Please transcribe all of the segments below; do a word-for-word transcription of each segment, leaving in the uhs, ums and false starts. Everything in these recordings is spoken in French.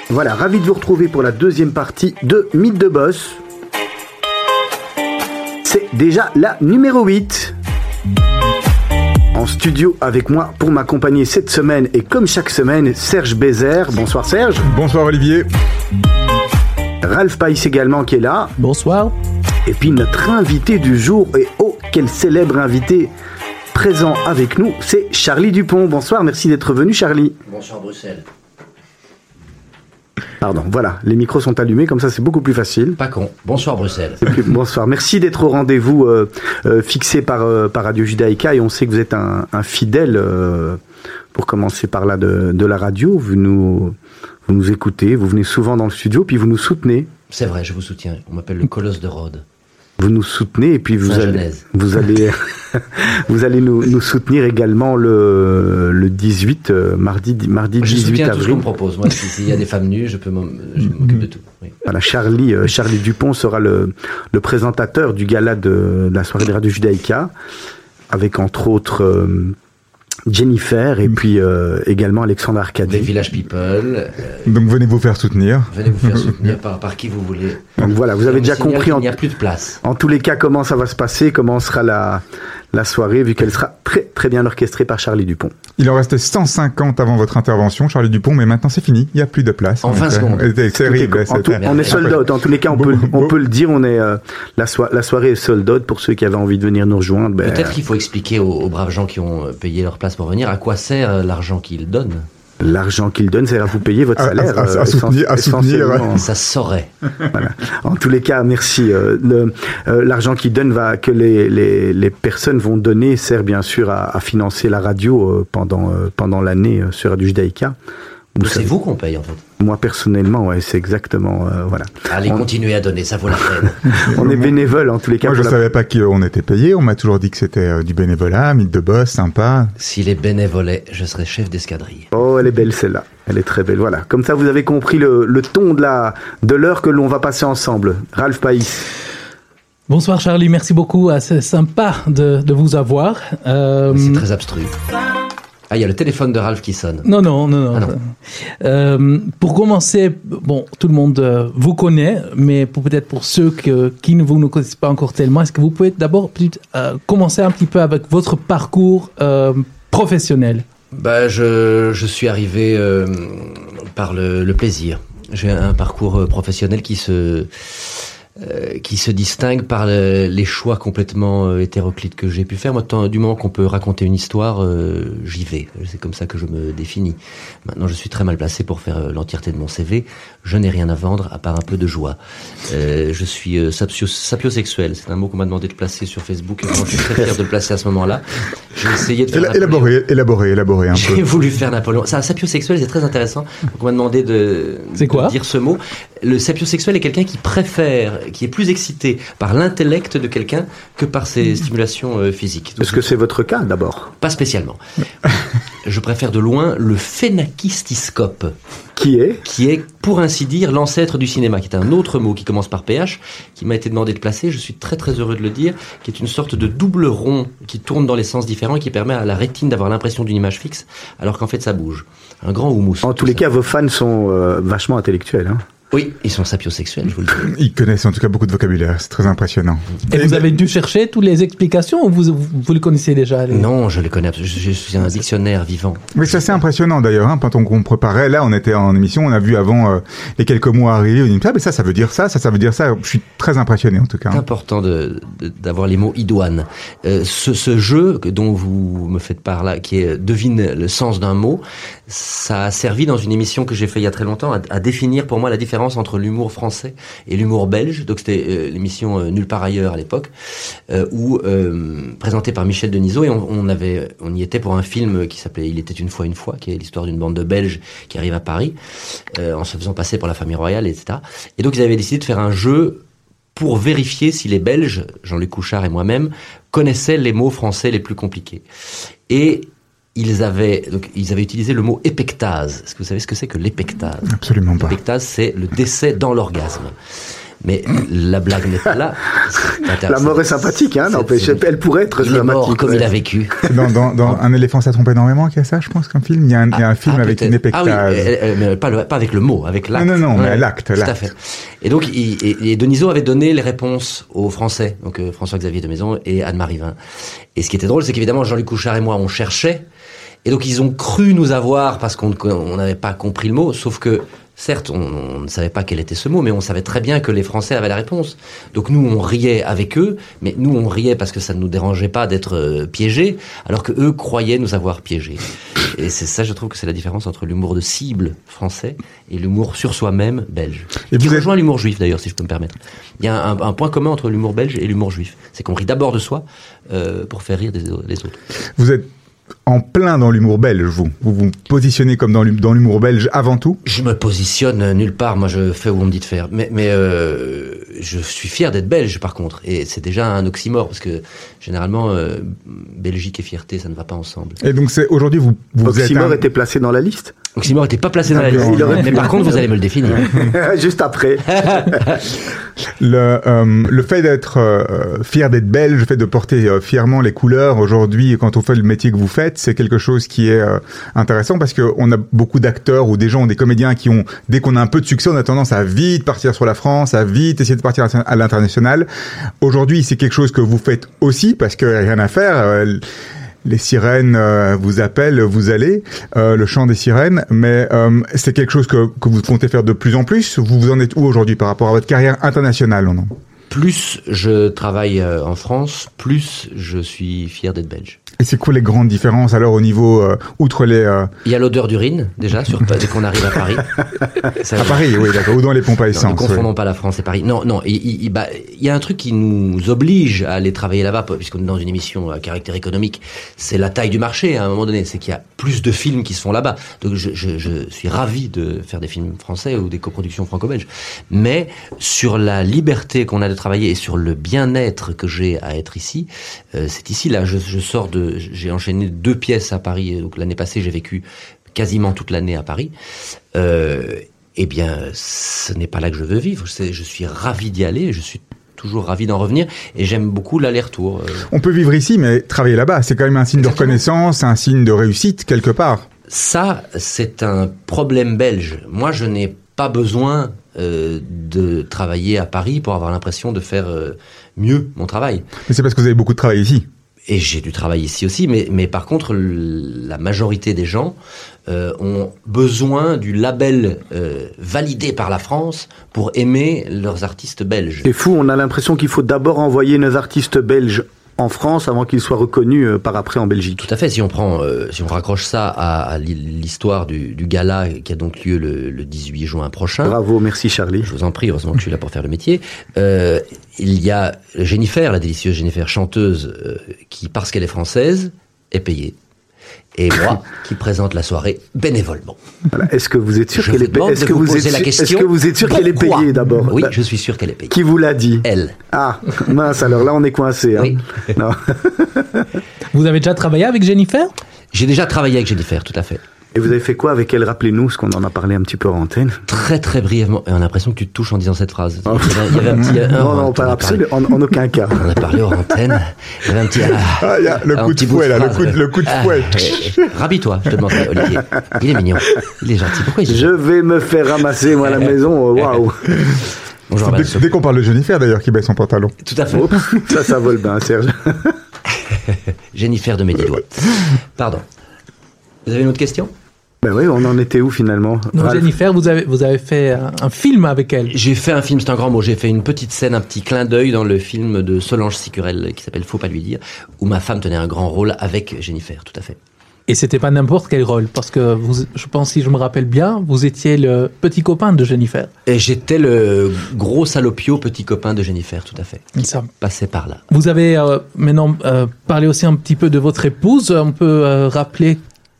Voilà, ravi de vous retrouver pour la deuxième partie de Mythe de Boss. C'est déjà la numéro huit. En studio avec moi pour m'accompagner cette semaine et comme chaque semaine, Serge Bézère. Bonsoir Serge. Bonsoir Olivier. Ralph Païs également qui est là. Bonsoir. Et puis notre invité du jour, et oh quel célèbre invité présent avec nous, c'est Charlie Dupont. Bonsoir, merci d'être venu Charlie. Bonsoir Bruxelles. Pardon, voilà, les micros sont allumés, comme ça c'est beaucoup plus facile. Pas con. Bonsoir Bruxelles. Plus, bonsoir, merci d'être au rendez-vous euh, euh, fixé par, euh, par Radio Judaïka, et on sait que vous êtes un, un fidèle, euh, pour commencer par là, de, de la radio. Vous nous, vous nous écoutez, vous venez souvent dans le studio, puis vous nous soutenez. C'est vrai, je vous soutiens. On m'appelle le Colosse de Rhodes. Vous nous soutenez et puis vous allez, vous allez, vous allez nous, nous soutenir également le, le dix-huit, euh, mardi, mardi je dix-huit avril. Tout ce qu'on me propose. Moi, s'il y a des femmes nues, je peux je m'occupe de tout. Oui. Voilà, Charlie, euh, Charlie Dupont sera le, le présentateur du gala de, de la soirée de Radio Judaïka, avec entre autres euh, Jennifer et puis euh, également Alexandre Arcadi. Des Village People. Euh, Donc venez vous faire soutenir. Venez vous faire soutenir par, par qui vous voulez. Donc voilà, vous avez déjà compris. Il n'y a plus de place. En tous les cas, comment ça va se passer, comment sera la, la soirée, vu qu'elle sera très très bien orchestrée par Charlie Dupont. Il en restait cent cinquante avant votre intervention, Charlie Dupont, mais maintenant c'est fini, il n'y a plus de place. En vingt secondes. C'est, c'est horrible. En tout, on est sold out. En tous les cas, on peut, on peut le dire, on est, euh, la, so- la soirée est sold out pour ceux qui avaient envie de venir nous rejoindre. Ben, Peut-être qu'il faut expliquer aux, aux braves gens qui ont payé leur place pour venir à quoi sert l'argent qu'ils donnent. L'argent qu'ils donnent, c'est à vous payer votre salaire. À, à, à, à soutenir, à soutenir ouais. Ça saurait. Voilà. En tous les cas, merci. Euh, le, euh, l'argent qu'ils donnent va, que les, les, les personnes vont donner sert bien sûr à, à financer la radio euh, pendant, euh, pendant l'année euh, sur Radio Judaïka. Donc c'est vous qu'on paye en fait. Moi personnellement, ouais, c'est exactement euh, voilà. Allez, on... continuez à donner, ça vaut la peine. On est bénévole en tous les cas. Moi, je la... savais pas qu'on était payé. On m'a toujours dit que c'était euh, du bénévolat, mythe de boss, sympa. Si les bénévolets, je serais chef d'escadrille. Oh, elle est belle celle-là. Elle est très belle. Voilà. Comme ça, vous avez compris le, le ton de la de l'heure que l'on va passer ensemble. Ralph Païs. Bonsoir Charlie, merci beaucoup. C'est sympa de, de vous avoir. Euh... C'est très abstru. Ah, il y a le téléphone de Ralph qui sonne. Non, non, non, non. Ah, non. Euh, pour commencer, bon, tout le monde euh, vous connaît, mais pour, peut-être pour ceux que, qui ne vous ne connaissent pas encore tellement, est-ce que vous pouvez d'abord euh, commencer un petit peu avec votre parcours euh, professionnel? Bah, je, je suis arrivé euh, par le, le plaisir. J'ai un parcours professionnel qui se... Euh, qui se distingue par le, les choix complètement euh, hétéroclites que j'ai pu faire. Moi, tant, du moment qu'on peut raconter une histoire, euh, j'y vais. C'est comme ça que je me définis. Maintenant, je suis très mal placé pour faire euh, l'entièreté de mon C V. Je n'ai rien à vendre à part un peu de joie. Euh, je suis euh, sapio, sapiosexuel. C'est un mot qu'on m'a demandé de placer sur Facebook. Et moi, je suis très fier de le placer à ce moment-là. J'ai essayé de faire élaborer, élaborer, élaborer un j'ai peu. J'ai voulu faire Napoléon. Ça, sapiosexuel, c'est très intéressant. Donc, on m'a demandé de, c'est quoi de dire ce mot. Le sapiosexuel est quelqu'un qui préfère, qui est plus excité par l'intellect de quelqu'un que par ses stimulations euh, physiques. Donc, est-ce que c'est votre cas d'abord? Pas spécialement. Je préfère de loin le phénakistiscope. Qui est Qui est, pour ainsi dire, l'ancêtre du cinéma, qui est un autre mot qui commence par P H, qui m'a été demandé de placer, je suis très très heureux de le dire, qui est une sorte de double rond qui tourne dans les sens différents et qui permet à la rétine d'avoir l'impression d'une image fixe, alors qu'en fait ça bouge. Un grand houmous. En tous les ça. cas, vos fans sont euh, vachement intellectuels, hein. Oui, ils sont sapiosexuels, je vous le dis. Ils connaissent en tout cas beaucoup de vocabulaire, c'est très impressionnant. Et, Et vous avez dû chercher toutes les explications ou vous, vous, vous les connaissez déjà les... Non, je les connais, je, je suis un dictionnaire vivant. Mais c'est assez impressionnant d'ailleurs, hein, quand on, on préparait, là on était en émission, on a vu avant euh, les quelques mois arriver, on dit ah mais ça ça veut dire ça, ça ça veut dire ça, je suis très impressionné en tout cas. C'est important de, de, d'avoir les mots idoines. Euh, ce, ce jeu dont vous me faites part là, qui est devine le sens d'un mot, ça a servi dans une émission que j'ai fait il y a très longtemps à, à définir pour moi la différence entre l'humour français et l'humour belge. Donc c'était euh, l'émission euh, Nulle part ailleurs à l'époque, euh, où euh, présentée par Michel Denisot, et on, on avait, on y était pour un film qui s'appelait Il était une fois une fois, qui est l'histoire d'une bande de Belges qui arrive à Paris euh, en se faisant passer pour la famille royale, et cetera. Et donc ils avaient décidé de faire un jeu pour vérifier si les Belges, Jean-Luc Couchard et moi-même, connaissaient les mots français les plus compliqués. Et ils avaient, donc, ils avaient utilisé le mot épectase. Est-ce que vous savez ce que c'est que l'épectase? Absolument pas. L'épectase, c'est le décès dans l'orgasme. Mais la blague n'est pas là. La mort est sympathique, hein, n'empêche. Elle pourrait être il dramatique. Il est mort comme ouais. il a vécu. Dans, dans, dans Un éléphant, ça trompe énormément, qu'il y a ça, je pense, comme film. Il y a un, ah, il y a un film ah, avec une épectase. Ah oui, euh, mais pas, le, pas avec le mot, avec l'acte. Non, non, non, ouais, mais l'acte, tout l'acte. à fait. Et donc, il, et, et Denisot avait donné les réponses aux Français, donc euh, François-Xavier de Maison et Anne-Marie Vin. Et ce qui était drôle, c'est qu'évidemment, Jean-Luc Couchard et moi, on cherchait. Et donc, ils ont cru nous avoir parce qu'on n'avait pas compris le mot, sauf que, certes, on, on ne savait pas quel était ce mot, mais on savait très bien que les Français avaient la réponse. Donc nous, on riait avec eux, mais nous, on riait parce que ça ne nous dérangeait pas d'être euh, piégés, alors que eux croyaient nous avoir piégés. Et c'est ça, je trouve que c'est la différence entre l'humour de cible français et l'humour sur soi-même belge. Et qui rejoint êtes... l'humour juif, d'ailleurs, si je peux me permettre. Il y a un, un point commun entre l'humour belge et l'humour juif. C'est qu'on rit d'abord de soi euh, pour faire rire des, les autres. Vous êtes en plein dans l'humour belge, vous. Vous vous positionnez comme dans l'humour belge avant tout? Je me positionne nulle part. Moi, je fais où on me dit de faire. Mais, mais euh, je suis fier d'être belge, par contre. Et c'est déjà un oxymore, parce que généralement, euh, Belgique et fierté, ça ne va pas ensemble. Et donc, c'est aujourd'hui, vous, vous Oxymore êtes un... était placé dans la liste? Oxymore n'était pas placé dans la liste. Mais par contre, vous allez me le définir. Juste après. le, euh, le fait d'être euh, fier d'être belge, le fait de porter euh, fièrement les couleurs aujourd'hui, quand on fait le métier que vous faites, c'est quelque chose qui est euh, intéressant parce que on a beaucoup d'acteurs ou des gens, des comédiens qui ont, dès qu'on a un peu de succès, on a tendance à vite partir sur la France, à vite essayer de partir à l'international. Aujourd'hui, c'est quelque chose que vous faites aussi parce que rien à faire. Euh, les sirènes euh, vous appellent, vous allez, euh, le chant des sirènes, mais euh, c'est quelque chose que, que vous comptez faire de plus en plus. Vous, vous en êtes où aujourd'hui par rapport à votre carrière internationale, non? Plus je travaille euh, en France, plus je suis fier d'être belge. Et c'est quoi les grandes différences alors au niveau, euh, outre les... Euh... Il y a l'odeur d'urine, déjà, sur, dès qu'on arrive à Paris. Ça, à Paris, oui, d'accord, ou dans les pompes à essence. Ne confondons oui. pas la France et Paris. Non, non, il, il, bah, il y a un truc qui nous oblige à aller travailler là-bas, puisqu'on est dans une émission à caractère économique. C'est la taille du marché, à un moment donné. C'est qu'il y a plus de films qui se font là-bas. Donc je, je, je suis ravi de faire des films français ou des coproductions franco-belges. Mais sur la liberté qu'on a de travailler et sur le bien-être que j'ai à être ici, euh, c'est ici, là, je, je sors de... J'ai enchaîné deux pièces à Paris. Donc l'année passée, j'ai vécu quasiment toute l'année à Paris. Euh, eh bien, ce n'est pas là que je veux vivre. C'est, je suis ravi d'y aller. Je suis toujours ravi d'en revenir. Et j'aime beaucoup l'aller-retour. On peut vivre ici, mais travailler là-bas, c'est quand même un signe Exactement. de reconnaissance, un signe de réussite, quelque part. Ça, c'est un problème belge. Moi, je n'ai pas besoin euh, de travailler à Paris pour avoir l'impression de faire euh, mieux mon travail. Mais c'est parce que vous avez beaucoup de travail ici. Et j'ai du travail ici aussi, mais, mais par contre, la majorité des gens euh, ont besoin du label euh, validé par la France pour aimer leurs artistes belges. C'est fou, on a l'impression qu'il faut d'abord envoyer nos artistes belges en France avant qu'ils soient reconnus euh, par après en Belgique. Tout à fait. Si on prend, euh, si on raccroche ça à, à l'histoire du, du gala qui a donc lieu le, le dix-huit juin prochain. Bravo, merci Charlie. Je vous en prie, heureusement que je suis là pour faire le métier. Euh, il y a Jennifer, la délicieuse Jennifer, chanteuse, euh, qui, parce qu'elle est française, est payée. Et moi, qui présente la soirée bénévolement. Voilà. Est-ce que vous êtes sûr je qu'elle est payée? Est-ce que vous êtes la question, Est-ce que vous êtes sûr qu'elle est payée d'abord? Oui, je suis sûr qu'elle est payée. Qui vous l'a dit? Elle. Ah, mince, alors là on est coincé. Hein. Oui. Non. Vous avez déjà travaillé avec Jennifer? J'ai déjà travaillé avec Jennifer, tout à fait. Et vous avez fait quoi avec elle? Rappelez-nous, parce qu'on en a parlé un petit peu en antenne. Très très brièvement. Et on a l'impression que tu te touches en disant cette phrase. Il y avait, il y avait un petit... Non, non, non pas absolument, en, en aucun cas. On a parlé hors antenne. Il y avait un petit... Ah, ah il y a le coup de fouet, là, le coup de, le coup de fouet. Ah, Ravis-toi, je te demande, Olivier. Il est mignon. Il est gentil. Pourquoi il est Je vais me faire ramasser, moi, à la maison. Waouh. Bonjour, dès, dès qu'on parle de Jennifer, d'ailleurs, qui baisse son pantalon. Tout à fait. Oh, ça, ça vole bien, Serge. Jennifer de mes dix doigts. Pardon. Vous avez une autre question? Ben oui, on en était où finalement? Non, Jennifer, vous avez, vous avez fait un, un film avec elle. J'ai fait un film, c'est un grand mot, j'ai fait une petite scène, un petit clin d'œil dans le film de Solange Sicurel qui s'appelle Faut pas lui dire, où ma femme tenait un grand rôle avec Jennifer, tout à fait. Et c'était pas n'importe quel rôle, parce que vous, je pense, si je me rappelle bien, vous étiez le petit copain de Jennifer. Et j'étais le gros salopio petit copain de Jennifer, tout à fait. Ça passait par là. Vous avez euh, maintenant euh, parlé aussi un petit peu de votre épouse, on peut euh, rappeler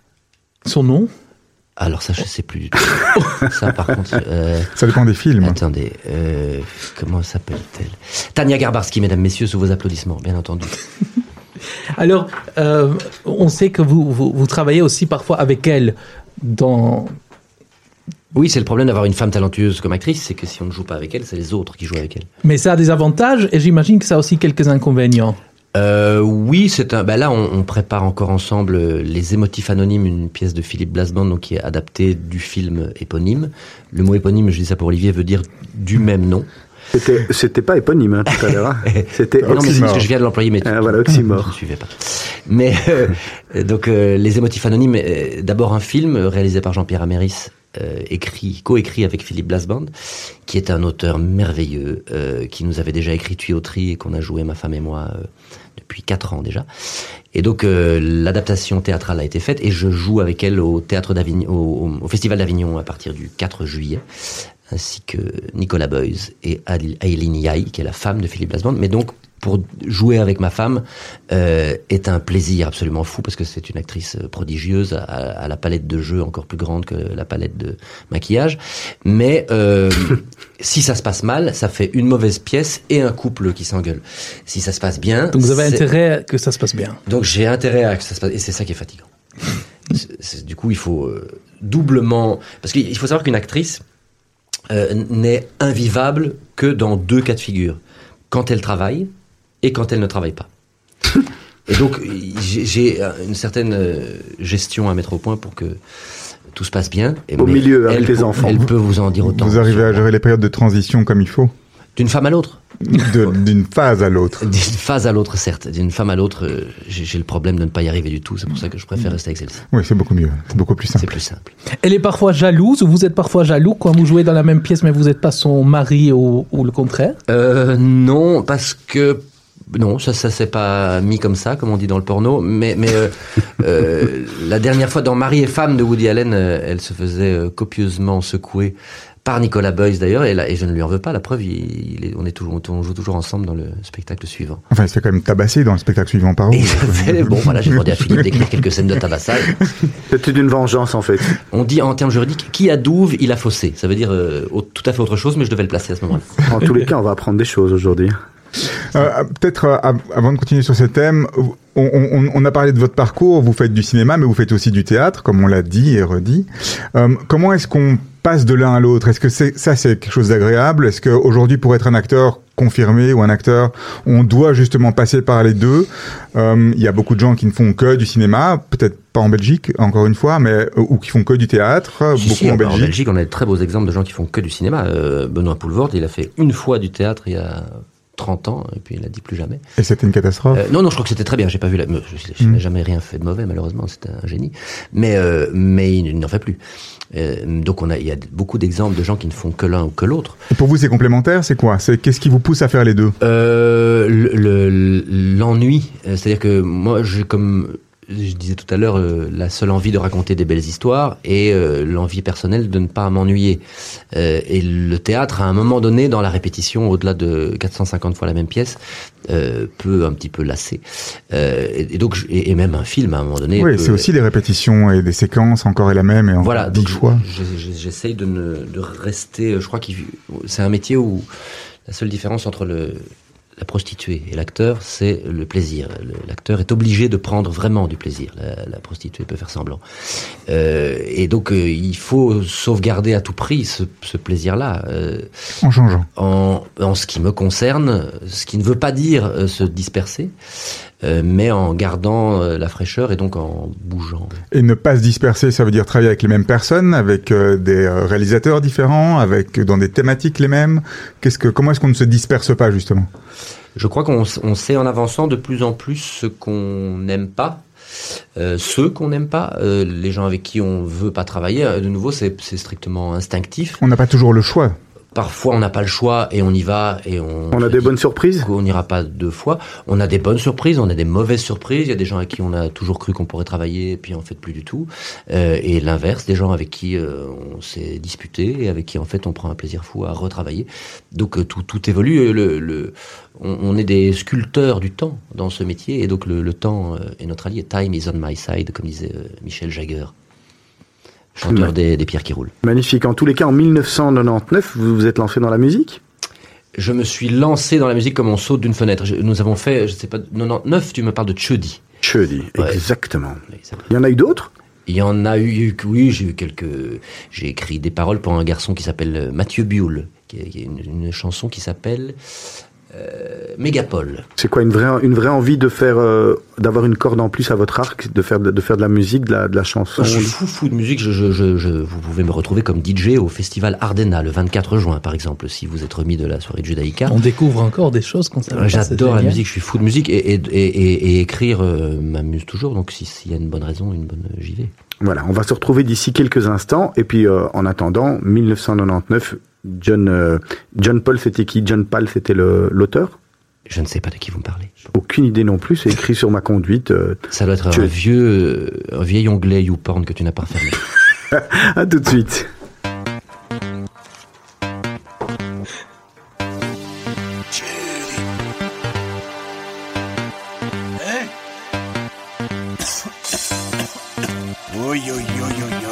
son nom? Alors ça, je sais plus du tout. Ça, par contre... Euh, ça dépend des films. Attendez, euh, comment s'appelle-t-elle? Tania Garbarski, mesdames, messieurs, sous vos applaudissements, bien entendu. Alors, euh, on sait que vous, vous, vous travaillez aussi parfois avec elle dans, Oui, c'est le problème d'avoir une femme talentueuse comme actrice, c'est que si on ne joue pas avec elle, c'est les autres qui jouent avec elle. Mais ça a des avantages et j'imagine que ça a aussi quelques inconvénients. Euh, oui, c'est un. Ben là, on, on prépare encore ensemble Les Émotifs Anonymes, une pièce de Philippe Blasband, donc qui est adaptée du film éponyme. Le mot éponyme, je dis ça pour Olivier, veut dire du même nom. C'était, c'était pas éponyme hein, tout à l'heure. Hein. C'était non, mais c'est parce que je viens de l'employer, mais ah, voilà, oxymore. Je ne suivais pas. Mais euh, donc euh, Les Émotifs Anonymes, euh, d'abord un film réalisé par Jean-Pierre Améris, euh, écrit, co-écrit avec Philippe Blasband, qui est un auteur merveilleux, euh, qui nous avait déjà écrit Tuyauterie et qu'on a joué ma femme et moi euh, depuis quatre ans déjà. Et donc euh, l'adaptation théâtrale a été faite et je joue avec elle au théâtre d'Avignon, au, au Festival d'Avignon à partir du quatre juillet. Ainsi que Nicolas Boyes et Aileen Yaï, qui est la femme de Philippe Blasband. Mais donc, pour jouer avec ma femme, euh, est un plaisir absolument fou, parce que c'est une actrice prodigieuse, à, à la palette de jeu encore plus grande que la palette de maquillage. Mais euh, si ça se passe mal, ça fait une mauvaise pièce et un couple qui s'engueule. Si ça se passe bien... Donc vous avez c'est... intérêt que ça se passe bien. Donc j'ai intérêt à que ça se passe... Et c'est ça qui est fatigant. c'est, c'est, du coup, il faut euh, doublement... Parce qu'il faut savoir qu'une actrice... Euh, n'est invivable que dans deux cas de figure. Quand elle travaille et quand elle ne travaille pas. Et donc, j'ai, j'ai une certaine gestion à mettre au point pour que tout se passe bien. Au milieu, avec les enfants. Elle peut vous en dire autant. Vous arrivez à gérer les périodes de transition comme il faut ? D'une femme à l'autre. De, d'une phase à l'autre. D'une phase à l'autre, certes. D'une femme à l'autre, euh, j'ai, j'ai le problème de ne pas y arriver du tout. C'est pour ça que je préfère rester avec celle-ci. Oui, c'est beaucoup mieux. C'est beaucoup plus simple. C'est plus simple. Elle est parfois jalouse, ou vous êtes parfois jaloux quand vous jouez dans la même pièce, mais vous n'êtes pas son mari ou, ou le contraire ? euh, Non, parce que... Non, ça, ça s'est pas mis comme ça, comme on dit dans le porno. Mais, mais euh, euh, la dernière fois, dans Mari et femme de Woody Allen, euh, elle se faisait euh, copieusement secouer par Nicolas Boyes d'ailleurs, et, là, et je ne lui en veux pas. La preuve, il, il est, on, est toujours, on joue toujours ensemble dans le spectacle suivant. Enfin, il se fait quand même tabasser dans le spectacle suivant par où. Et fait, bon, voilà, j'ai demandé à Philippe d'écrire quelques scènes de tabassage. C'était une vengeance en fait. On dit en termes juridiques, qui a douve, il a faussé. Ça veut dire euh, tout à fait autre chose, mais je devais le placer à ce moment-là. En tous les cas, on va apprendre des choses aujourd'hui. Euh, peut-être euh, avant de continuer sur ce thème, on, on, on a parlé de votre parcours, vous faites du cinéma mais vous faites aussi du théâtre, comme on l'a dit et redit. Euh, comment est-ce qu'on passe de l'un à l'autre ? Est-ce que c'est, ça c'est quelque chose d'agréable ? Est-ce qu'aujourd'hui pour être un acteur confirmé ou un acteur, on doit justement passer par les deux ? euh, Il y a beaucoup de gens qui ne font que du cinéma, peut-être pas en Belgique encore une fois, mais euh, ou qui font que du théâtre, si, beaucoup si, en en Belgique. En Belgique on a de très beaux exemples de gens qui font que du cinéma. euh, Benoît Poelvoorde, il a fait une fois du théâtre il y a trente ans, et puis il n'a dit plus jamais. Et c'était une catastrophe. euh, Non, non, je crois que c'était très bien. J'ai pas vu la... Je, je, je mmh. n'ai jamais rien fait de mauvais, malheureusement. C'était un génie. Mais, euh, mais il, il n'en fait plus. Euh, donc on a, il y a beaucoup d'exemples de gens qui ne font que l'un ou que l'autre. Et pour vous, c'est complémentaire, c'est quoi ? C'est qu'est-ce qui vous pousse à faire les deux ? euh, le, le, L'ennui. C'est-à-dire que moi, j'ai comme... Je disais tout à l'heure, euh, la seule envie de raconter des belles histoires et euh, l'envie personnelle de ne pas m'ennuyer. Euh, et le théâtre, à un moment donné, dans la répétition, au-delà de quatre cent cinquante fois la même pièce, euh, peut un petit peu lasser. Euh, et, et donc, je, et, et même un film, à un moment donné... Oui, peut, c'est aussi des répétitions et des séquences encore et la même et encore voilà, d'autres choix. J'essaye de, ne, de rester... Je crois que c'est un métier où la seule différence entre le... La prostituée et l'acteur, c'est le plaisir. Le, l'acteur est obligé de prendre vraiment du plaisir. La, la prostituée peut faire semblant. Euh, et donc, euh, il faut sauvegarder à tout prix ce, ce plaisir-là. Euh, en changeant. En, en ce qui me concerne, ce qui ne veut pas dire euh, se disperser, euh, mais en gardant euh, la fraîcheur et donc en bougeant. Et ne pas se disperser, ça veut dire travailler avec les mêmes personnes, avec euh, des euh, réalisateurs différents, avec dans des thématiques les mêmes. Qu'est-ce que, comment est-ce qu'on ne se disperse pas justement ? Je crois qu'on on sait en avançant de plus en plus ce qu'on n'aime pas, euh, ceux qu'on n'aime pas, euh, les gens avec qui on veut pas travailler. De nouveau, c'est, c'est strictement instinctif. On n'a pas toujours le choix. Parfois, on n'a pas le choix et on y va et on... On a des bonnes surprises ? On n'ira pas deux fois. On a des bonnes surprises, on a des mauvaises surprises. Il y a des gens avec qui on a toujours cru qu'on pourrait travailler et puis en fait plus du tout. Euh, et l'inverse, des gens avec qui euh, on s'est disputé et avec qui en fait on prend un plaisir fou à retravailler. Donc euh, tout, tout évolue. Le, le, on, on est des sculpteurs du temps dans ce métier et donc le, le temps euh, est notre allié. Time is on my side, comme disait euh, Michel Jagger. Chanteur des, des pierres qui roulent. Magnifique. En tous les cas, en dix-neuf cent quatre-vingt-dix-neuf, vous vous êtes lancé dans la musique ? Je me suis lancé dans la musique comme on saute d'une fenêtre. Je, nous avons fait, je sais pas, quatre-vingt-dix-neuf, tu me parles de Tchedi. Tchedi, Ouais. exactement. Oui, il y en a eu d'autres ? Il y en a eu, oui, j'ai eu quelques, j'ai écrit des paroles pour un garçon qui s'appelle Mathieu Bioul, qui est une, une chanson qui s'appelle euh, Mégapole. C'est quoi une vraie, une vraie envie de faire, euh, d'avoir une corde en plus à votre arc, de faire, de, de faire de la musique, de la, de la chanson? Je suis fou, fou de musique. Je, je, je, je, vous pouvez me retrouver comme D J au festival Ardena le vingt-quatre juin, par exemple, si vous êtes remis de la soirée de Judaïka. On découvre encore des choses qu'on savait pas. J'adore la musique. Je suis fou de musique et, et, et, et, et écrire euh, m'amuse toujours. Donc, si, s'il y a une bonne raison, une bonne, j'y vais. Voilà, on va se retrouver d'ici quelques instants. Et puis, euh, en attendant, dix-neuf cent quatre-vingt-dix-neuf, John, euh, John Paul, c'était qui? John Paul, c'était le, l'auteur? Je ne sais pas de qui vous me parlez. Aucune idée non plus, c'est écrit sur ma conduite. Euh, Ça doit être tu... un vieux, un vieil onglet YouPorn que tu n'as pas refermé. À tout de suite. Oui, oui, oui, oui, oui, oui.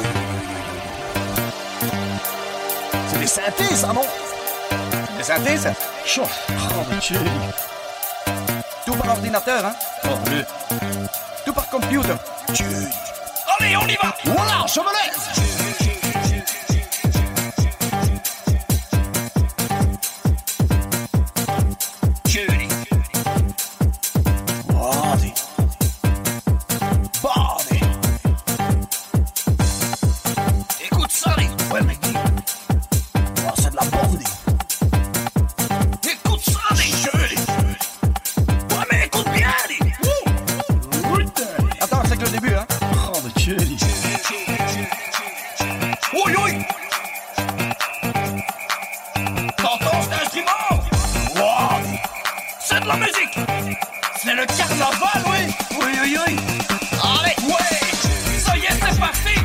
C'est des synthés, ça, non? Des synthés, ça? Chaud. Oh, mon Dieu. Tout par ordinateur, hein? Oh, le. Tout par computer. Dieu. Allez, on y va! Voilà, je me laisse! Judy. Body. Body. Écoute ça, les. Ouais, mec. Oh, c'est de la bande. Écoute ça, les jeux. Ouais, mais écoute bien, les. Attends, c'est que le début, hein. Oh, mais Dieu. Oui, oui. T'entends cet instrument? Wow. C'est de la musique. C'est le carnaval, oui. Oui, oui, oui. Allez, ouais. Ça y est, c'est parti.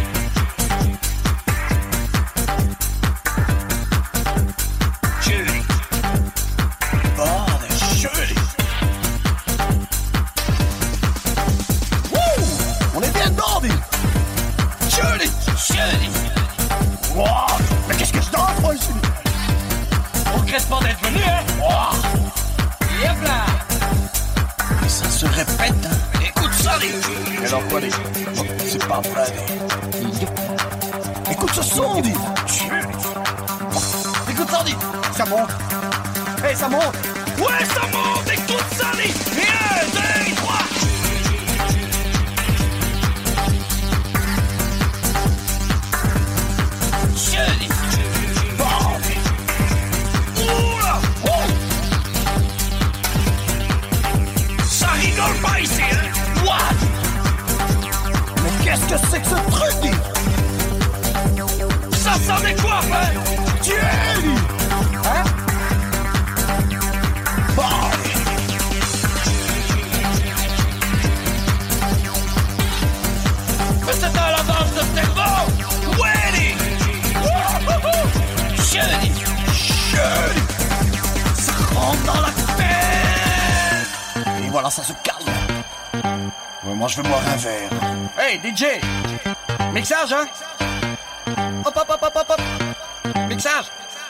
Julie. Oh, mais Julie. Wouh. On est bien dedans, dis. Julie. Julie. Wow. Mais qu'est-ce que je danse, moi, ici? On regrette pas d'être venu, hein? Wow. Yep là. Mais ça se répète, hein? Écoute ça, les. Alors quoi, les. Oh, c'est pas vrai, les. Écoute ce son, dis. Écoute ça, dis. Ça monte. Hey, ça monte. Ouais, ça monte. Écoute ça, dis. Et un, deux, trois. Julie. Bon. Oula. Oh. Ça rigole pas ici, hein? What? Mais qu'est-ce que c'est que ce truc, dis? Ça s'en décoiffe, hein? Dieu! Hein? Bon! Mais c'est dans la danse de cerveau! Ouais! Julie! Julie! Ça rentre dans la tête! Et voilà, ça se calme! Ouais, moi, je veux boire un verre. Hey, D J! Mixage, hein? Hop, hop, hop, hop, hop, hop! Mixage!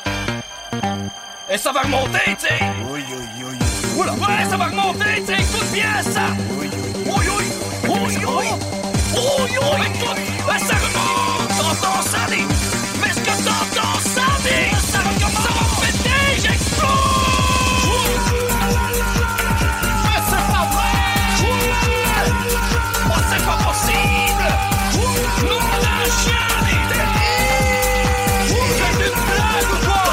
Et ça va remonter, tu sais! Oui, oui, oui, oui. Oula! Ouais, ça va remonter, tu sais! Écoute bien ça! Oui, oui, oui, oui! Oui, oui, oui! Oui, oui! Écoute! Ouais, ça remonte! T'entends ça, dis? Mais est-ce que t'entends ça, dis? Ça va commencer à péter! J'explose! Mais c'est pas vrai! Oh, c'est pas possible! Nous, on a un chien, dis! C'est une blague ou quoi?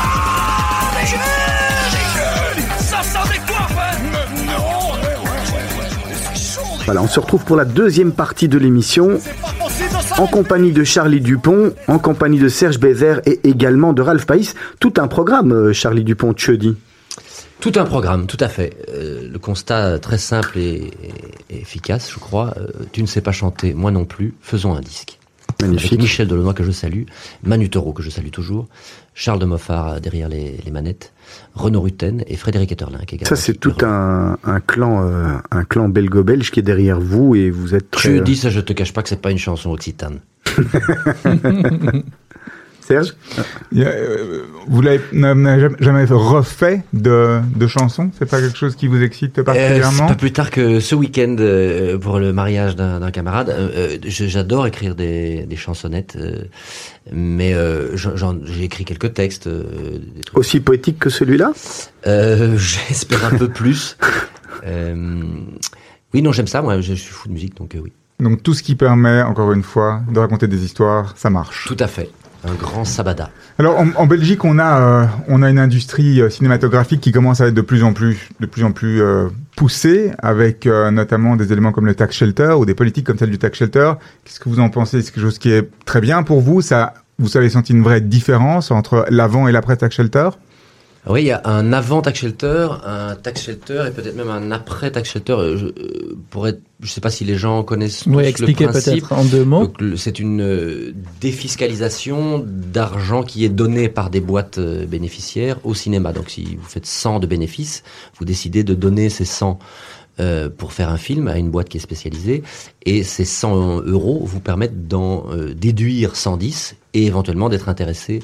Ça s'en décoiffe, hein? Non! Ouais, ouais, ouais. C'est chaud, les... Voilà, on se retrouve pour la deuxième partie de l'émission, en compagnie de Charlie Dupont, en compagnie de Serge Bézère et également de Ralph Païs. Tout un programme, Charlie Dupont, Tchedi. Tout un programme, tout à fait. Euh, le constat très simple et, et efficace, je crois. Euh, tu ne sais pas chanter, moi non plus. Faisons un disque. Magnifique. Avec Michel Delannoy que je salue, Manu Taureau que je salue toujours, Charles de Moffard derrière les, les manettes, Renaud Rutten et Frédéric Etterlin. Qui ça, c'est tout un, un clan, euh, un clan belgo-belge qui est derrière vous et vous êtes très... Tu dis ça, je te cache pas que c'est pas une chanson occitane. Serge? Il y a, euh, vous l'avez n'avez jamais refait de, de chansons? C'est pas quelque chose qui vous excite particulièrement? Euh, pas plus tard que ce week-end euh, pour le mariage d'un, d'un camarade. Euh, je, j'adore écrire des, des chansonnettes, euh, mais euh, j'en, j'ai écrit quelques textes. Euh, des trucs. Aussi poétique que celui-là? euh, J'espère un peu plus. Euh, oui, non, j'aime ça. Moi, je, je suis fou de musique, donc euh, oui. Donc tout ce qui permet, encore une fois, de raconter des histoires, ça marche. Tout à fait. Un grand sabada. Alors en, en Belgique, on a euh, on a une industrie euh, cinématographique qui commence à être de plus en plus de plus en plus euh, poussée, avec euh, notamment des éléments comme le tax shelter ou des politiques comme celle du tax shelter. Qu'est-ce que vous en pensez? C'est quelque chose qui est très bien pour vous? Ça, vous avez senti une vraie différence entre l'avant et l'après tax shelter? Oui, il y a un avant tax shelter, un tax shelter et peut-être même un après tax shelter. Je, euh, pour être, je sais pas si les gens connaissent tous Oui, le expliquez principe. peut-être en deux mots. Donc, le, c'est une euh, défiscalisation d'argent qui est donné par des boîtes euh, bénéficiaires au cinéma. Donc si vous faites cent de bénéfices, vous décidez de donner ces cent euh, pour faire un film à une boîte qui est spécialisée, et ces cent euros vous permettent d'en euh, déduire cent dix et éventuellement d'être intéressé